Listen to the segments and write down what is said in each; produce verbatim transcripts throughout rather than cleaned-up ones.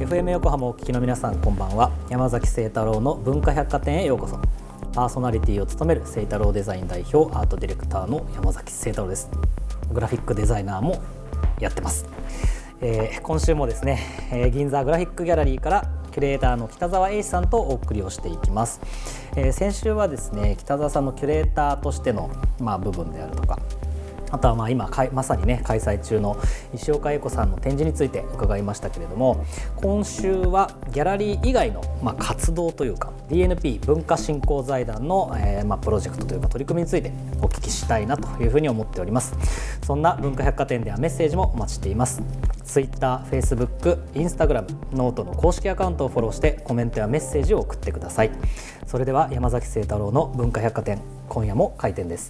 エフエム 横浜をお聞きの皆さん、こんばんは。山崎清太郎の文化百貨店へようこそ。パーソナリティを務める清太郎デザイン代表アートディレクターの山崎清太郎です。グラフィックデザイナーもやってます。えー、今週もですね、えー、銀座グラフィックギャラリーからキュレーターの北澤英史さんとお送りをしていきます。えー、先週はですね、北澤さんのキュレーターとしての、まあ、部分であるとか、あとはまあ今まさにね開催中の石岡英子さんの展示について伺いましたけれども、今週はギャラリー以外のまあ活動というか ディーエヌピー 文化振興財団のえまあプロジェクトというか取り組みについてお聞きしたいなというふうに思っております。そんな文化百貨店ではメッセージもお待ちしています。Twitter、Facebook、Instagram、ノートの公式アカウントをフォローしてコメントやメッセージを送ってください。それでは山崎清太郎の文化百貨店、今夜も開店です。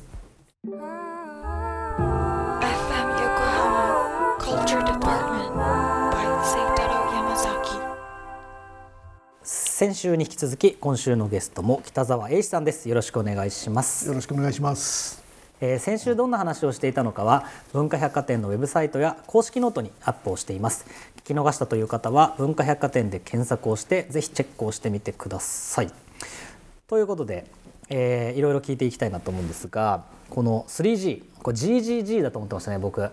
先週に引き続き今週のゲストも北澤英史さんです。よろしくお願いします。 よろしくお願いします。 えー、先週どんな話をしていたのかは文化百貨店のウェブサイトや公式ノートにアップをしています。聞き逃したという方は文化百貨店で検索をしてぜひチェックをしてみてください。ということで、えー、いろいろ聞いていきたいなと思うんですが、この スリージー、 これ ジージージー だと思ってましたね僕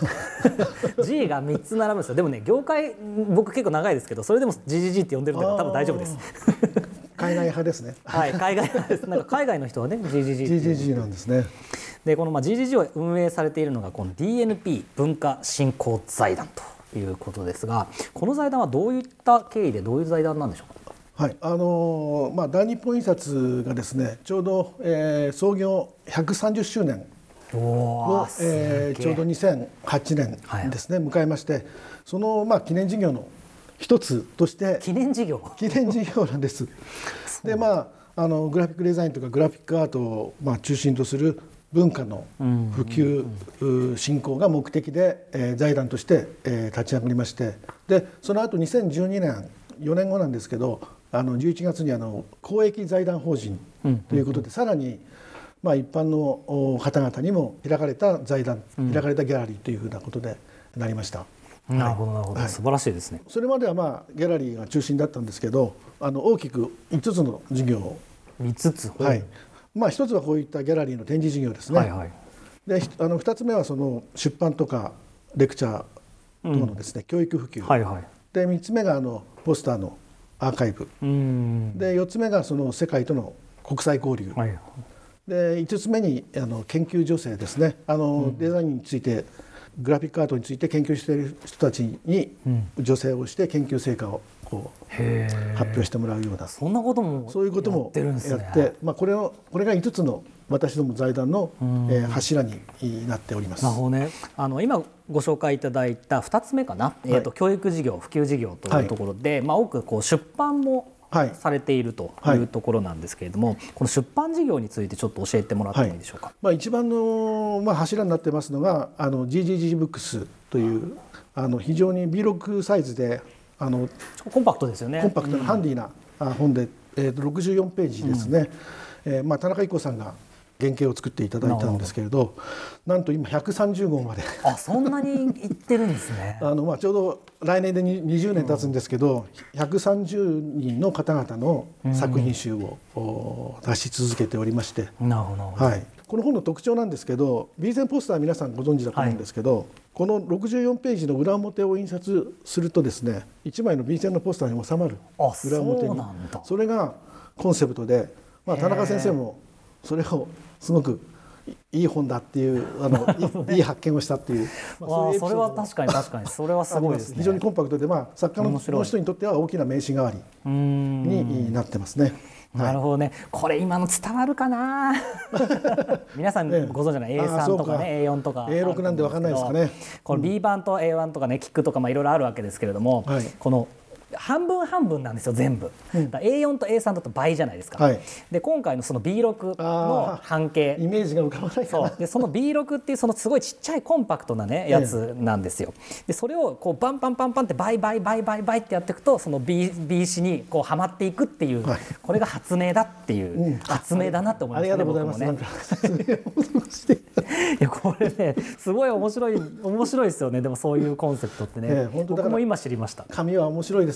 G がみっつ並ぶんですよ。でもね、業界僕結構長いですけど、それでも ジージージー って呼んでるんだから多分大丈夫です海外派ですねはい、海外派です。なんか海外の人はね ジージージージージージー なんですね。 でこのまあ ジージージー を運営されているのがこの ディーエヌピー 文化振興財団ということですが、この財団はどういった経緯でどういう財団なんでしょうか。 はい、あのーまあ、大日本印刷がですねちょうど、えー、創業ひゃくさんじゅっしゅうねんを、えー、ちょうどにせんはちねんですね、はい、迎えまして、その、まあ、記念事業の一つとして記念事業記念事業なんですで、まあ、あのグラフィックデザインとかグラフィックアートを、まあ、中心とする文化の普及振興が目的で、えー、財団として、えー、立ち上がりまして、でその後にせんじゅうにねんよねんごなんですけど、あのじゅういちがつにあの公益財団法人ということで、さらにまあ一般の方々にも開かれた財団、開かれたギャラリーというふうなことでなりました。 なるほどなるほど、はい、素晴らしいですね。 それまではまあギャラリーが中心だったんですけど、あの大きくいつつの事業をみっつ、 はい、まあ一つはこういったギャラリーの展示事業ですね。はいはい、であのふたつめはその出版とかレクチャー等のですね、うん、教育普及、はいはい、でみっつめがあのポスターのアーカイブ、うんでよっつめがその世界との国際交流、はい、でいつつめにあの研究助成ですね。あの、うん、デザインについてグラフィックアートについて研究している人たちに助成をして研究成果をこう発表してもらうような、 そんなこともそういうこともやって、まあ、これをこれがいつつの私ども財団の、えー、柱になっております。 なるほどね。あの今ご紹介いただいたふたつめかな、はい、えーと教育事業普及事業というところで、はい、まあ、多くこう出版もされているというところなんですけれども、はいはい、この出版事業についてちょっと教えてもらってもいいでしょうか。はい、 まあ、一番の、まあ、柱になってますのがあの ジージージー ブックスというあの非常に ビーろく サイズであのコンパクトですよね。 コンパクトなハンディな本で、えー、とろくじゅうよんページですね。うん、えーまあ、田中一子さんが原型を作っていただいたんですけれど、なんと今ひゃくさんじゅうごうまであ、そんなにいってるんですねあの、まあ、ちょうど来年でにじゅうねん経つんですけど、ひゃくさんじゅうにんの方々の作品集を出し続けておりまして、 なるほど、 はい、この本の特徴なんですけど、ビーゼンポスター皆さんご存知だと思うんですけど、はい、このろくじゅうよんページの裏表を印刷するとですね、いちまいのビーゼンのポスターに収まる裏表に、 そうなんだ。 それがコンセプトで、まあ、田中先生もそれをすごくいい本だっていうあのいい発見をしたっていう、 まあ、そういうそれは確かに確かにそれはすごいですね。 非常にコンパクトで、まあ、作家の人にとっては大きな名刺代わりになってますね。 なるほどね。これ今の伝わるかな皆さんご存知の エースリー とかね エーよん とかエーろく なんで分かんないですかね。 この B 版と エーワン とかねキックとかいろいろあるわけですけれども、はい、この半分半分なんですよ全部、うん、だ エーよん と エースリー だと倍じゃないですか、はい、で今回のその ビーろく の半径イメージが浮かばないかな。 そうでその ビーろく っていうそのすごいちっちゃいコンパクトなねやつなんですよ。でそれをこうバンバンバンバンって倍倍倍倍倍ってやっていくとその B, B 紙にこうはまっていくっていう、はい、これが発明だっていう、うん、発明だなって思いましたね。 ありがとうございます。 僕もねいやこれねすごい面白い面白いですよね。でもそういうコンセプトってね、えー、本当だから僕も今知りました。 紙は面白いです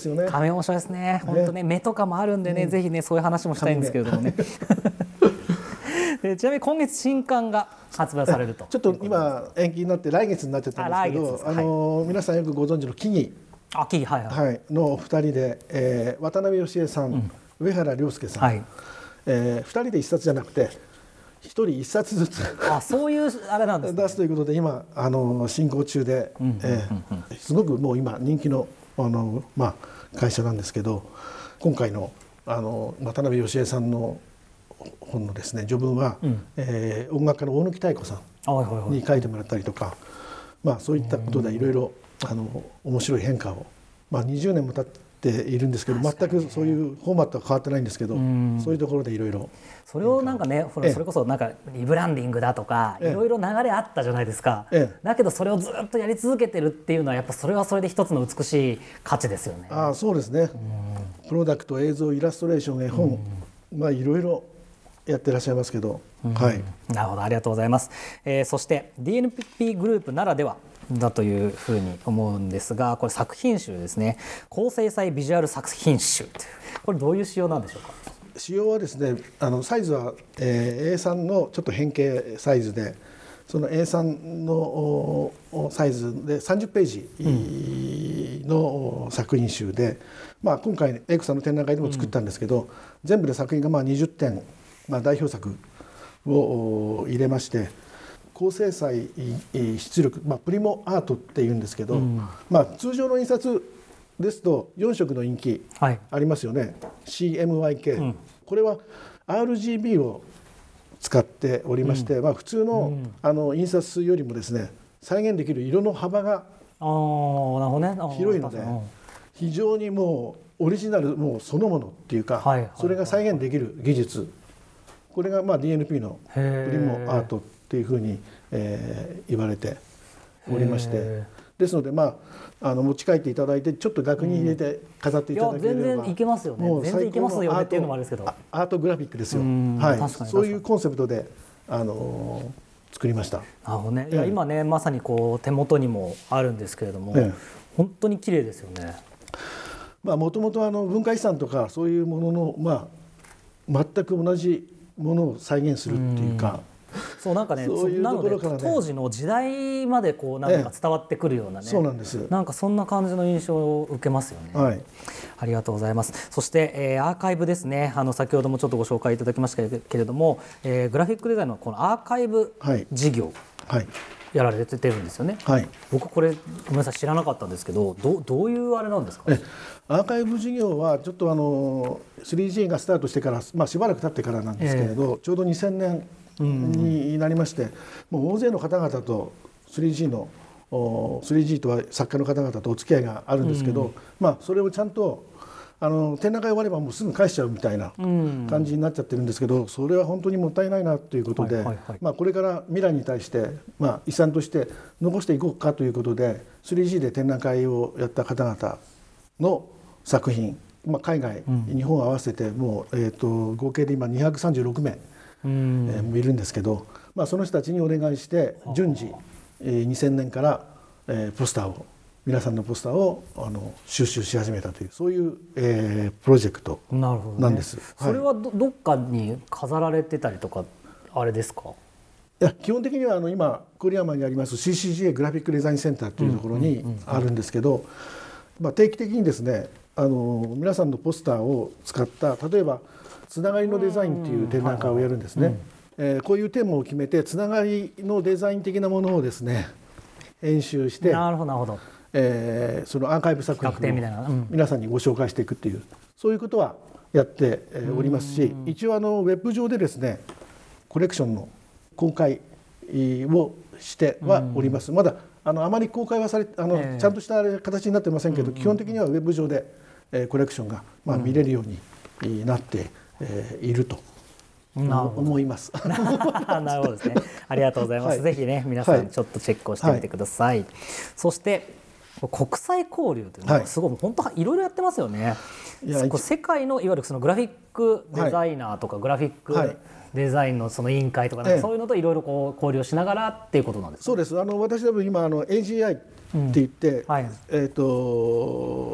ですよね。 紙面白いですね。本当ね、目とかもあるんでね、うん、ぜひねそういう話もしたいんですけれどもね。でちなみに今月新刊が発売されると。 ちょっと今延期になって来月になっちゃったんですけど、あ、あの、はい、皆さんよくご存知の木々、 あ、木々、はいはいはい、のお二人で、えー、渡辺芳恵さん、うん、上原良介さん、はい、えー、ふたりで一冊じゃなくてひとり一冊ずつあ、そういうあれなんですね、 出すということで今あの進行中で、すごくもう今人気の、あの、まあ、会社なんですけど、今回の、あの渡辺芳恵さんの本のですね序文は、うん、えー、音楽家の大貫妙子さんに書いてもらったりとか、まあ、そういったことでいろいろあの面白い変化を、まあ、にじゅうねんも経っているんですけど、全くそういうフォーマットは変わってないんですけど、そういうところでいろいろそれをなんかね、それこそなんかリブランディングだとかいろいろ流れあったじゃないですか、ええ、だけどそれをずっとやり続けてるっていうのはやっぱそれはそれで一つの美しい価値ですよね。 ああ、そうですね。プロダクト、映像、イラストレーション、絵本、まあいろいろやってらっしゃいますけど、はい、 なるほど、ありがとうございます。えー、そして ディーエヌピー グループならではだというふうに思うんですが、これ作品集ですね。高精細ビジュアル作品集、これどういう仕様なんでしょうか。 仕様はですね、あのサイズは、えー、エースリー のちょっと変形サイズで、その エースリー のサイズでさんじゅっページの作品集で、まあ、今回エイクさんの展覧会でも作ったんですけど、うん、全部で作品がまあにじゅってん、まあ、代表作を入れまして、高精細出力、まあ、プリモアートっていうんですけど、うん、まあ、通常の印刷ですとよん色のインキありますよね、はい、シーエムワイケー、うん、これは アールジービー を使っておりまして、うん、まあ、普通 の,、うん、あの印刷よりもですね再現できる色の幅が広いので、非常にもうオリジナルもうそのものっていうか、はいはいはい、それが再現できる技術、これがまあ ディーエヌピー のプリモアートっていうふうに、えー、言われておりまして、ですので、まあ、あの持ち帰っていただいてちょっと額に入れて飾っていただければ、うん、 いや全然いけますよね。全然いけますよねっていうのもあるんですけど、 アートグラフィックですよ、はい、そういうコンセプトで、あのー、作りました。 なるほどね。いや、今ねまさにこう手元にもあるんですけれども、ええ、本当に綺麗ですよね。 もともと文化遺産とかそういうものの、まあ、全く同じものを再現するっていうか、 そうなんかね、そういうところからね、当時の時代までこうなんか伝わってくるようなね、 そうなんです。 なんかそんな感じの印象を受けますよね。はい、ありがとうございます。そして、えー、アーカイブですね。あの先ほどもちょっとご紹介いただきましたけれども、えー、グラフィックデザインのこのアーカイブ事業、はいはい、やられてるんですよね。はい、僕これごめんなさい知らなかったんですけど、ど, どういうあれなんですか。 えアーカイブ事業はちょっとあの スリージー がスタートしてから、まあ、しばらく経ってからなんですけれど、えー、ちょうどにせんねんになりまして、もう大勢の方々と スリージー の スリージー とは作家の方々とお付き合いがあるんですけど、まあ、それをちゃんとあの展覧会終わればもうすぐ返しちゃうみたいな感じになっちゃってるんですけど、それは本当にもったいないなということで、まあこれから未来に対して、まあ、遺産として残していこうかということで スリージー で展覧会をやった方々の作品、まあ、海外、うん、日本合わせてもう、えー、と合計で今にひゃくさんじゅうろくめい、うんえー、いるんですけど、まあ、その人たちにお願いして順次、えー、にせんねんから、えー、ポスターを皆さんのポスターをあの収集し始めたというそういう、えー、プロジェクトなんです。 なるほどね。それは ど, どっかに飾られてたりとかあれですか。 いや基本的にはあの今郡山にあります シーシージーエー グラフィックデザインセンターというところにあるんですけど、まあ、定期的にですねあの皆さんのポスターを使った例えばつながりのデザインという展覧会をやるんですね。えー、こういうテーマを決めてつながりのデザイン的なものをですね演習して、 なるほどなるほど、 えー、そのアーカイブ作品を皆さんにご紹介していくっていうそういうことはやっておりますし、一応あのウェブ上でですねコレクションの公開をしてはおります。まだあのあまり公開はされあの、えー、ちゃんとした形になってませんけど、基本的にはウェブ上で、えー、コレクションが、まあ、見れるようになって、えー、いると思います。 なるほどですね。ありがとうございます。はい、ぜひね皆さんちょっとチェックをしてみてください。はい、そして国際交流というのはすごい、はい、本当いろいろやってますよね。いや世界のいわゆるそのグラフィックデザイナーとか、はい、グラフィックデザインのその委員会とか、なんかそういうのといろいろこう交流しながらっていうことなんですか。 そうです。あの私多分今あの エージーアイ って言って、うんはい、えっと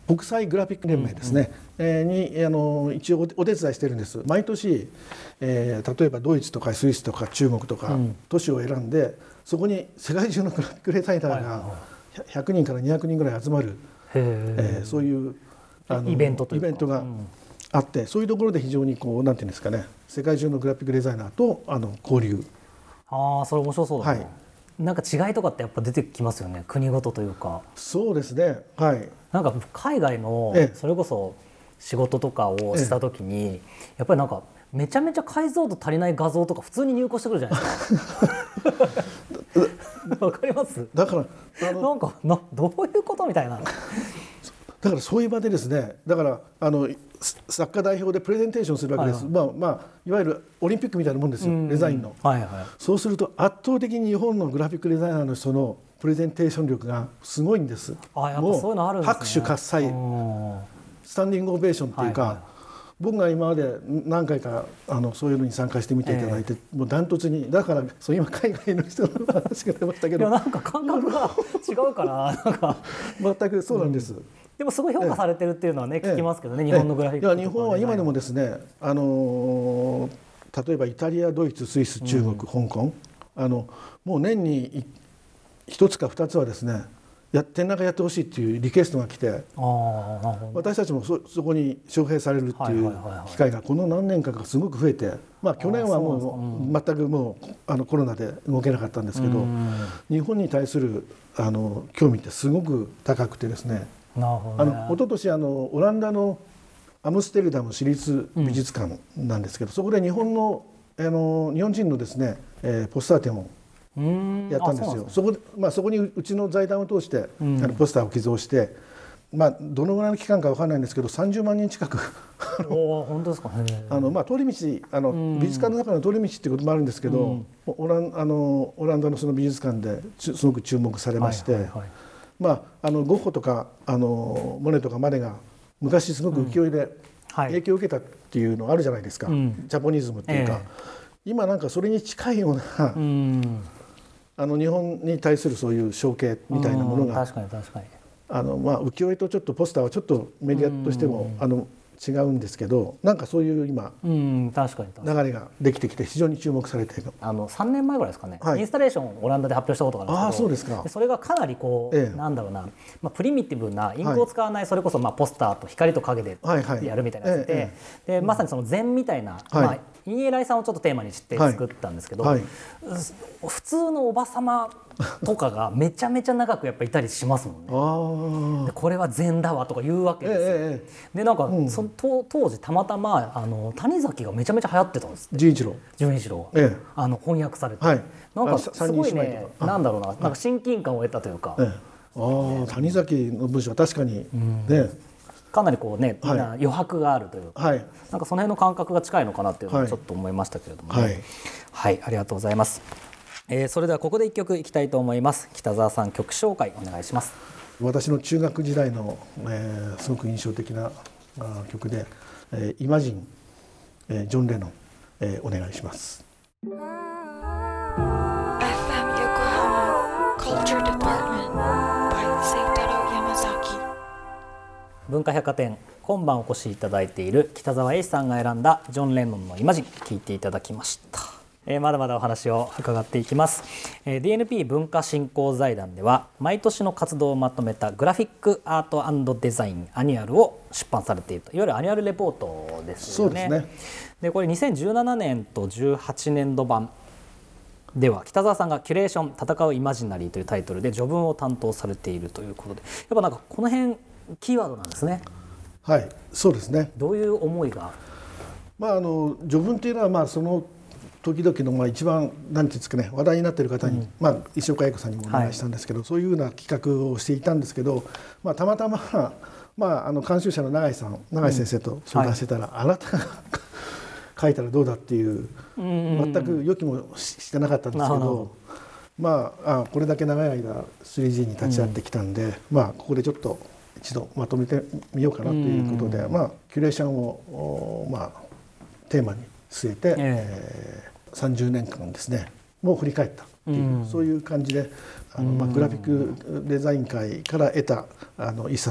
国際グラフィック連盟ですね、うんうんえー、にあの一応お手伝いしてるんです。毎年、えー、例えばドイツとかスイスとか中国とか都市を選んで、そこに世界中のグラフィックデザイナーがひゃくにんからにひゃくにんぐらい集まる、えー、そういうあのイベントというかイベントがあって、うん、そういうところで非常にこうなんていうんですかね、世界中のグラフィックデザイナーとあの交流。 ああ、それ面白そうだね。はい、なんか違いとかってやっぱ出てきますよね、国ごとというか。 そうですね、はい、 なんか海外のそれこそ仕事とかをした時に、ええ、やっぱりなんかめちゃめちゃ解像度足りない画像とか普通に入稿してくるじゃないですか。わかります？ だからあのなんかなどういうことみたいな。 だからそういう場でですね、だからあの作家代表でプレゼンテーションするわけです。はいはい、まあまあいわゆるオリンピックみたいなもんですよ、デザインの。はいはい、そうすると圧倒的に日本のグラフィックデザイナーの人のプレゼンテーション力がすごいんです。 あ、やっぱそういうのあるんですね。 拍手喝采、スタンディングオベーションっていうか、はいはい、僕が今まで何回かあのそういうのに参加してみていただいて、えー、もうダントツに、だからそう今海外の人の話が出ましたけど、 いやなんか感覚が違うからなんか全くそうなんです。うん、 でもすごい評価されてるっていうのはね、えー、聞きますけどね、日本のグラフィックとか、ね。 いや日本は今でもですね、あの例えばイタリア、ドイツ、スイス、中国、うん、香港、あのもう年に一つか二つはですね、や展覧会やってほしいっていうリクエストが来て、あ、なるほど、私たちも そ, そこに招聘されるっていう機会がこの何年かがすごく増えて、まあ、去年はもう全くもうあのコロナで動けなかったんですけど、日本に対するあの興味ってすごく高くてですね、なるほどね、あの一昨年あのオランダのアムステルダム市立美術館なんですけど、うん、そこで日本の、あの日本人のですね、えー、ポスター展をやったんですよ。そこで、まあ、そこにうちの財団を通して、うん、あのポスターを寄贈して、まあ、どのぐらいの期間か分からないんですけどさんじゅうまんにん近くお本当ですか。 あの、まあ、通り道あの、うん、美術館の中の通り道っていうこともあるんですけど、うん、オラン、あのオランダのその美術館ですごく注目されまして、はいはいはい、まあ、あのゴッホとかあのモネとかマネが昔すごく浮世絵で影響を受けたっていうのあるじゃないですか、うん、ジャポニズムっていうか、えー、今なんかそれに近いような、うん、あの日本に対するそういう象形みたいなものが、 確かに確かに、 あの、まあ、浮世絵とちょっとポスターはちょっとメディアとしてもあの違うんですけど、なんかそういう今、うん、確かに確かに流れができてきて非常に注目されている。 あのさんねんまえぐらいですかね、はい、インスタレーションをオランダで発表したことがあるんですけど、あ、そうですか。それがかなりこう、ええ、なんだろうな、まあ、プリミティブなインクを使わない、はい、それこそまあポスターと光と影でやるみたいなやつで、はいはい、でまさにその禅みたいな、はい、まあ、陰影来さんをちょっとテーマにして作ったんですけど、はいはい、普通のおばさまとかがめちゃめちゃ長くやっぱいたりしますもんね。でこれは禅だわとか言うわけですよ、ええ、でなんか、うん、その当時たまたまあの谷崎がめちゃめちゃ流行ってたんですって。 純一郎純一郎、ええ、あの翻訳されて、はい、なんかすごいね、なんだろうな、なんか親近感を得たというか、ええ、 ああ、谷崎の文章は確かに、うん、ね、 かなりこうね、みんな余白があるというか、はい、なんかその辺の感覚が近いのかなっていうのをちょっと思いましたけれどもね、はい、はい、ありがとうございます。えー、それではここで一曲いきたいと思います。北澤さん、曲紹介お願いします。 私の中学時代の、えー、すごく印象的な曲で、えー、イマジン、えー、ジョン・レノン、えー、お願いします。エフエム Yokohama Culture Department by 聖太郎山崎。 文化百貨店、今晩お越しいただいている北澤英史さんが選んだジョン・レノンのイマジン、聴いていただきました。えー、まだまだお話を伺っていきます。えー、ディーエヌピー 文化振興財団では毎年の活動をまとめたグラフィックアート&デザインアニュアルを出版されていると、いわゆるアニュアルレポートですよね。そうですね。でこれにせんじゅうななねんとじゅうはちねんど版では北澤さんがキュレーション戦うイマジナリーというタイトルで序文を担当されているということで、やっぱなんかこの辺キーワードなんですね。 はい、そうですね。 どういう思いが、 まあ、あの序文というのはまあその時々のまあ一番何ていうんですかね、話題になっている方に、うん、まあ、石岡英子さんにもお願いしたんですけど、はい、そういうような企画をしていたんですけど、まあ、たまたま、まあ、あの監修者の永井さん永井先生と相談してたら、うん、はい、あなたが書いたらどうだっていう、うん、全く予期もしてなかったんですけど、まあ、あこれだけ長い間 スリージー に立ち会ってきたんで、うん、まあ、ここでちょっと一度まとめてみようかなということで、うん、まあ、キュレーションを、まあ、テーマに据えて、えーえーさんじゅうねんかんですね、もう振り返ったっていう、うん、そういう感じで、あの、まあ、グラフィックデザイン界から得たあの遺産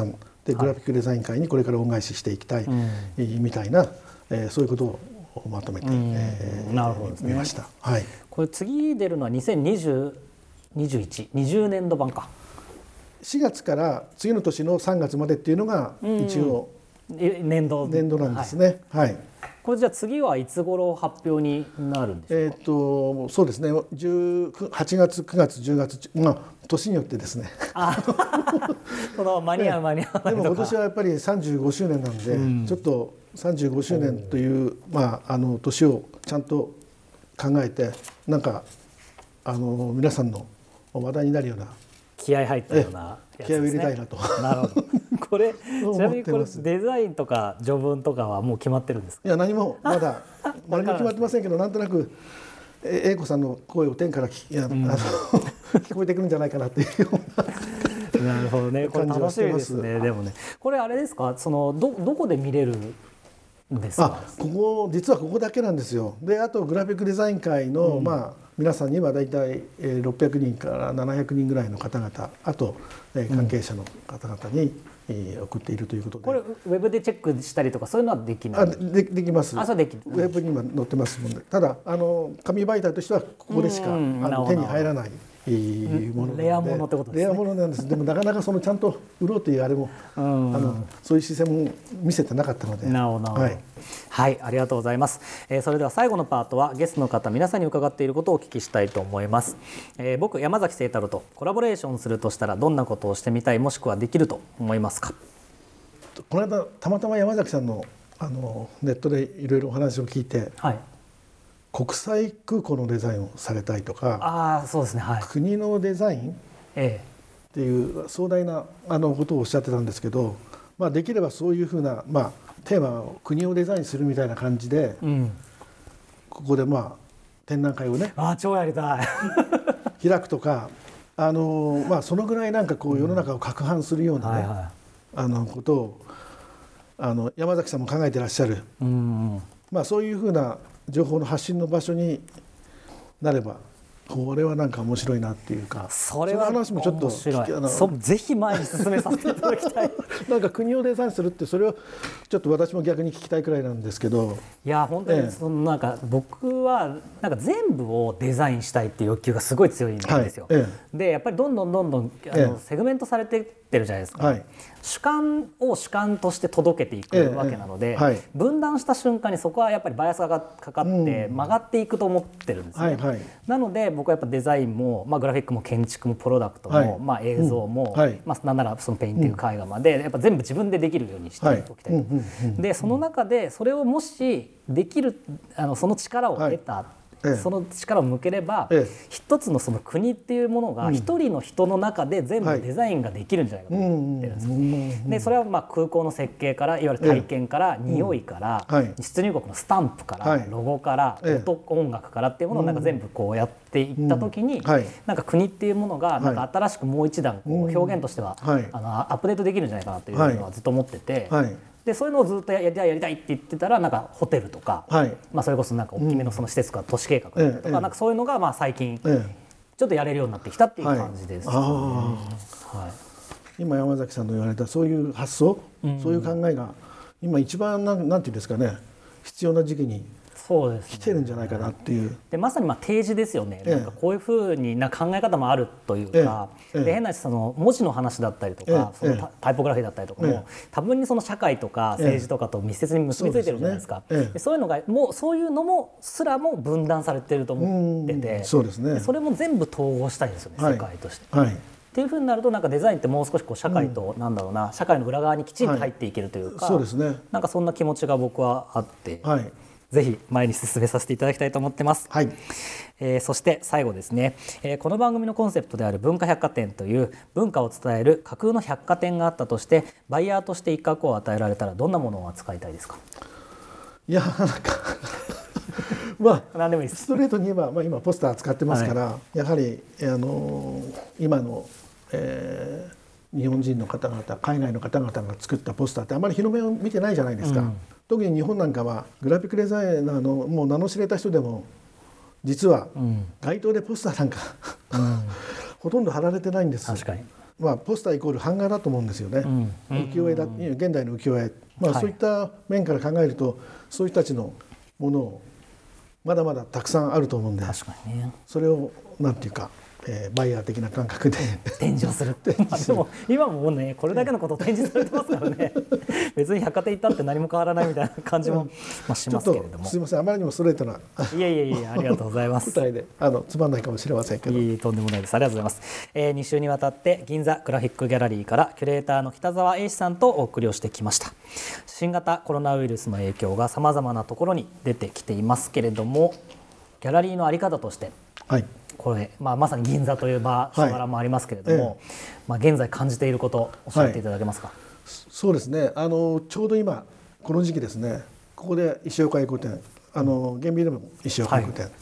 でグラフィックデザイン界にこれから恩返ししていきたい、はい、みたいな、えー、そういうことをまとめて、えー、なるほどですね、見ました。はい、 これ次出るのはにせんにじゅう、にじゅういち、にじゅうねんど版か。 しがつから次の年のさんがつまでっていうのが一応年度年度なんですね。はい。はい、 これじゃあ次はいつ頃発表になるんでしょうか。 えっとそうですね。じゅうはちがつ、くがつ、じゅうがつ、まあ年によってですね。あこの間に合う間に合わないとか。 でも今年はやっぱりさんじゅうごしゅうねんなんで、うん、ちょっとさんじゅうごしゅうねんというまああの年をちゃんと考えて、なんかあの皆さんの話題になるような。 気合入ったようなやつですね。 気合を入れたいなと。 なるほど。これちなみにこれデザインとか序文とかはもう決まってるんですか。 いや何もまだ何も決まってませんけど、なんとなく英子さんの声を天から聞き、あの、うん、聞こえてくるんじゃないかなっていうような。 なるほどね。これ楽しみですね。でもね、これあれですか。そのどどこで見れるんですか。 あ、ここ実はここだけなんですよ。で、あとグラフィックデザイン界の、うん、まあ。皆さんにはだいたいろっぴゃくにんからななひゃくにんぐらいの方々、あと関係者の方々に送っているということで、 これウェブでチェックしたりとかそういうのはできない。あ、 で, できます。 あ、そうできる。 ウェブに今載ってますもんで、ただあの紙媒体としてはここでしかあの手に入らないもので、 レアものってことですね。 レアものなんです。でもなかなかそのちゃんと売ろうというあれも、うん、あのそういう姿勢も見せてなかったので。 なるほど、はい、はい、ありがとうございます。えー、それでは最後のパートはゲストの方皆さんに伺っていることをお聞きしたいと思います。えー、僕山崎清太郎とコラボレーションするとしたらどんなことをしてみたい、もしくはできると思いますか。 この間たまたま山崎さんのあのネットでいろいろお話を聞いて、はい、国際空港のデザインをされたいとか、 あ、そうですね、はい、 国のデザインっていう壮大なあのことをおっしゃってたんですけど、まあ、できればそういうふうな、まあ、テーマを国をデザインするみたいな感じで、うん、ここでまあ展覧会をね、 あ、超やりたい開くとか、あの、まあ、そのぐらいなんかこう世の中を攪拌するようなね、うん、はいはい、あのことをあの山崎さんも考えてらっしゃる、うん、まあ、そういうふうな情報の発信の場所になれば、これはなんか面白いなっていうか、 それは面白い。 その話もちょっとそぜひ前に進めさせていただきたいなんか国をデザインするって、それをちょっと私も逆に聞きたいくらいなんですけど、 いや本当にそのなんか僕はなんか全部をデザインしたいっていう欲求がすごい強いんですよ。はい、ええ、でやっぱりどんどんどんどんあの、ええ、セグメントされてってるじゃないですか。はい、主観を主観として届けていくわけなので、ええはい、分断した瞬間にそこはやっぱりバイアスがかかって曲がっていくと思ってるんですね。はいはい、なので僕はやっぱデザインも、まあ、グラフィックも建築もプロダクトも、はい、まあ、映像も、うんはい、まあ、なんならそのペインティング絵画までやっぱ全部自分でできるようにしておきたい。はい、でその中でそれをもしできるあのその力を得た、はい、その力を向ければ、ええ、一つのその国っていうものが一人の人の中で全部デザインができるんじゃないかと思ってるんですよ。でそれはまあ空港の設計からいわゆる体験から匂いから出入国のスタンプからロゴから音音楽からっていうものをなんか全部こうやっていった時になんか国っていうものがなんか新しくもう一段こう表現としてはあのアップデートできるんじゃないかなというのはずっと思ってて。でそういうのをずっとやりたいやりたいって言ってたらなんかホテルとか、はい、まあ、それこそなんか大きめのその施設とか都市計画とか、うん、なんかそういうのがまあ最近ちょっとやれるようになってきたっていう感じです、ね。はい、はい、 今山崎さんの言われたそういう発想、うん、そういう考えが今一番なんなんていうんですかね、必要な時期にそうですね、来てるんじゃないかなっていう。 でまさにまあ提示ですよね。ええ、なんかこういうふうにな考え方もあるというか、ええ、で変なその文字の話だったりとか、え、そのタイポグラフィーだったりとかも、多分にその社会とか政治とかと密接に結びついてるじゃないですか。そうですね、でそういうのがもうそういうのもすらも分断されてると思ってて、そうですね、それも全部統合したいですよね、はい、世界として。はい、っていうふうになるとなんかデザインってもう少しこう社会と、うん、なんだろうな、社会の裏側にきちんと入っていけるというか、はい、そうですね、なんかそんな気持ちが僕はあって。はい、ぜひ前に進めさせていただきたいと思ってます。はい、えー、そして最後ですね、えー、この番組のコンセプトである文化百貨店という文化を伝える架空の百貨店があったとしてバイヤーとして一角を与えられたらどんなものを扱いたいですか。 いやなんかまあ何でもいいです。ストレートに言えば、まあ、今ポスター使ってますから、はい、やはり、あのー、今の、えー、日本人の方々海外の方々が作ったポスターってあまり日の目を見てないじゃないですか。うん、特に日本なんかはグラフィックデザイナーのもう名の知れた人でも実は街頭でポスターなんか、うん、ほとんど貼られてないんです。確かに。 まあ、ポスターイコール版画だと思うんですよね、うんうんうん、浮世絵だ現代の浮世絵、まあ、そういった面から考えると、はい、そういう人たちのものをまだまだたくさんあると思うんで、 確かにね、 それをなんていうか、えー、バイヤー的な感覚で展示をするってでも今もねこれだけのことを展示されてますからね別に百貨店行ったって何も変わらないみたいな感じも、まあ、しますけれども、 すいません、あまりにもストレートないやいやいやありがとうございます答えであのつまんないかもしれませんけど、 いいとんでもないです、ありがとうございます、えー、に週にわたって銀座グラフィックギャラリーからキュレーターの北澤英史さんとお送りをしてきました。新型コロナウイルスの影響がさまざまなところに出てきていますけれども、ギャラリーの在り方として、はい、これ、まあ、まさに銀座という場所柄もありますけれども、はいええまあ、現在感じていること教えていただけますか。はい、 そうですね、あのちょうど今この時期ですね、ここで石岡英子展、あの現美でも石岡英子展、はい、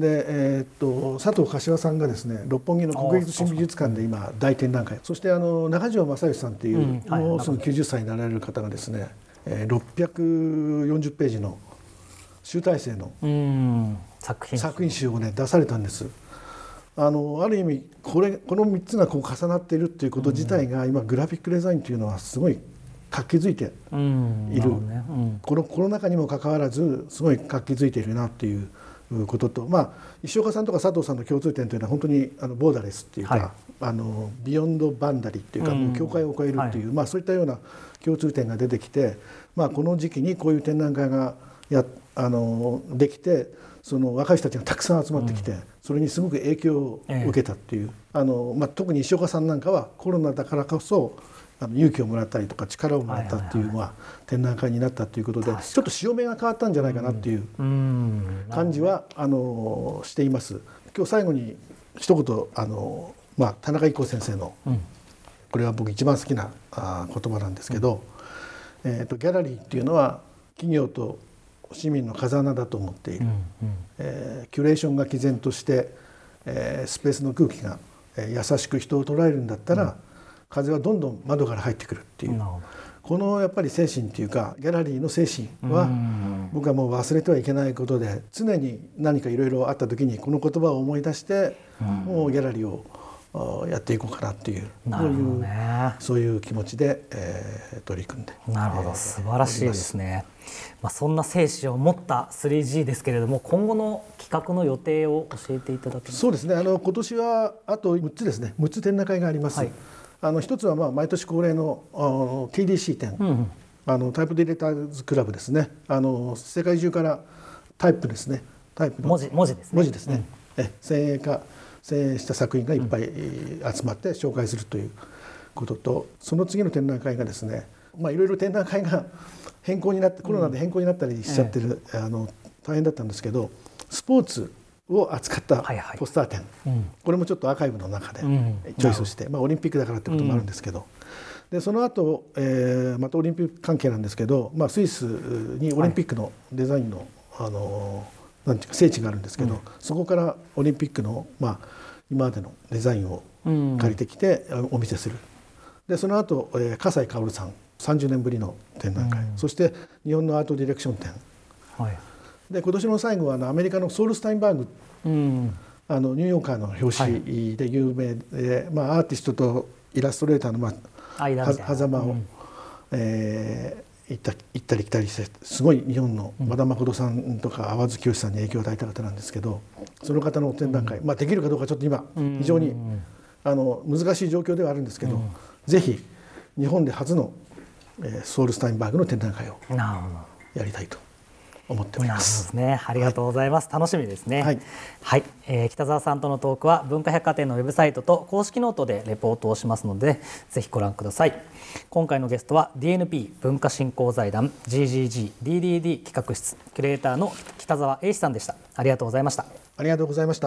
で、えー、っと佐藤柏さんがですね六本木の国立新美術館で今大展覧会、そしてあの中条正義さんっていう、うんはい、もうすぐきゅうじゅっさいになられる方がですね、えー、ろっぴゃくよんじゅっページの集大成の作品、作品集をね出されたんです。あのある意味これこのみっつがこう重なっているっていうこと自体が今グラフィックデザインというのはすごい活気づいている、ねうん、このコロナ禍にもかかわらずすごい活気づいているなっていうことと、まあ、石岡さんとか佐藤さんの共通点というのは本当にあのボーダレスっていうか、はい、あのビヨンドバンダリーっていうか、うん、もう境界を越えるっていう、はいまあ、そういったような共通点が出てきて、まあ、この時期にこういう展覧会がやあのできて、その若い人たちがたくさん集まってきて、うん、それにすごく影響を受けたっていう、ええあのまあ、特に石岡さんなんかはコロナだからこそあの勇気をもらったりとか力をもらったっていうのは展覧会になったということで、ちょっと潮目が変わったんじゃないかなっていう感じはあのしています。今日最後に一言あの、まあ、田中一行先生の、うん、これは僕一番好きなあ言葉なんですけど、うんえーと、ギャラリーっていうのは企業と市民の風穴だと思っている、うんうんえー、キュレーションが毅然として、えー、スペースの空気が、えー、優しく人を捉えるんだったら、うん、風はどんどん窓から入ってくるっていう、このやっぱり精神っていうかギャラリーの精神は僕はもう忘れてはいけないことで、常に何かいろいろあった時にこの言葉を思い出してもうギャラリーをやっていこうかなっていう、 なるほどね、 そういう気持ちで、えー、取り組んで、 なるほど、素晴らしいですね。まあ、そんな精神を持った スリージー ですけれども、今後の企画の予定を教えていただけますか。 そうですね、あの今年はあとむっつですね、むっつ展覧会があります。はい、あの一つはまあ毎年恒例のあの ティーディーシー 展、うんうん、あのタイプディレクターズクラブですね、あの世界中からタイプですね、タイプの文字、文字ですね、 文字ですね、うん、え先鋭化先鋭した作品がいっぱい集まって紹介するということと、その次の展覧会がですね、まあいろいろ展覧会が変更になって、コロナで変更になったりしちゃってる、うん、あの大変だったんですけど、スポーツを扱ったポスター展、はいはい、これもちょっとアーカイブの中でチョイスして、うん、まあ、オリンピックだからってこともあるんですけど、うん、でその後、えー、またオリンピック関係なんですけど、まあ、スイスにオリンピックのデザインの、はい、あのなんていうか聖地があるんですけど、うん、そこからオリンピックの、まあ、今までのデザインを借りてきてお見せする。でその後、えー、笠井薫さんさんじゅうねんぶりの展覧会、うん、そして日本のアートディレクション展、はい、で今年の最後はあのアメリカのソウルスタインバーグ、うん、あのニューヨーカーの表紙で有名で、はい、まあ、アーティストとイラストレーターの、まあ、は狭間を、うんえー、行った行ったり来たりして、すごい日本の和田誠さんとか淡月清さんに影響を与えた方なんですけど、その方の展覧会、うんまあ、できるかどうかちょっと今非常に、うん、あの難しい状況ではあるんですけど、うん、ぜひ日本で初のソウルスタインバーグの展覧会をやりたいと思っております。 なるほどですね、ありがとうございます、はい、楽しみですね。はい、はいえー、北澤さんとのトークは文化百貨店のウェブサイトと公式ノートでレポートをしますのでぜひご覧ください。今回のゲストは ディーエヌピー 文化振興財団 ジージージーディーディーディー 企画室キュレーターの北澤英史さんでした。ありがとうございました。 ありがとうございました。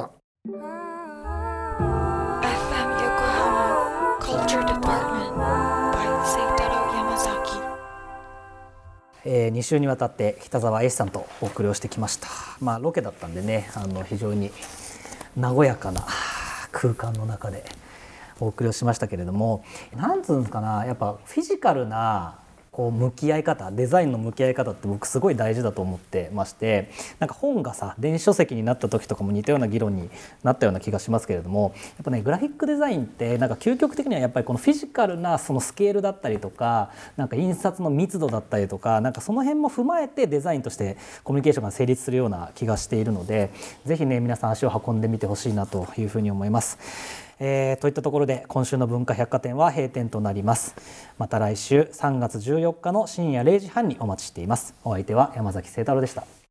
えー、に週にわたって北澤英史さんとお送りをしてきました。まあ、ロケだったんでね、あの非常に和やかな空間の中でお送りをしましたけれども、なんつうんですかな、やっぱフィジカルなこう向き合い方、デザインの向き合い方って僕すごい大事だと思ってまして、なんか本がさ電子書籍になった時とかも似たような議論になったような気がしますけれども、やっぱねグラフィックデザインってなんか究極的にはやっぱりこのフィジカルなそのスケールだったりとか、なんか印刷の密度だったりとか、なんかその辺も踏まえてデザインとしてコミュニケーションが成立するような気がしているので、ぜひね皆さん足を運んでみてほしいなというふうに思います。えー、といったところで今週の文化百貨店は閉店となります。また来週さんがつじゅうよっかの深夜れいじはんにお待ちしています。お相手は山崎誠太郎でした。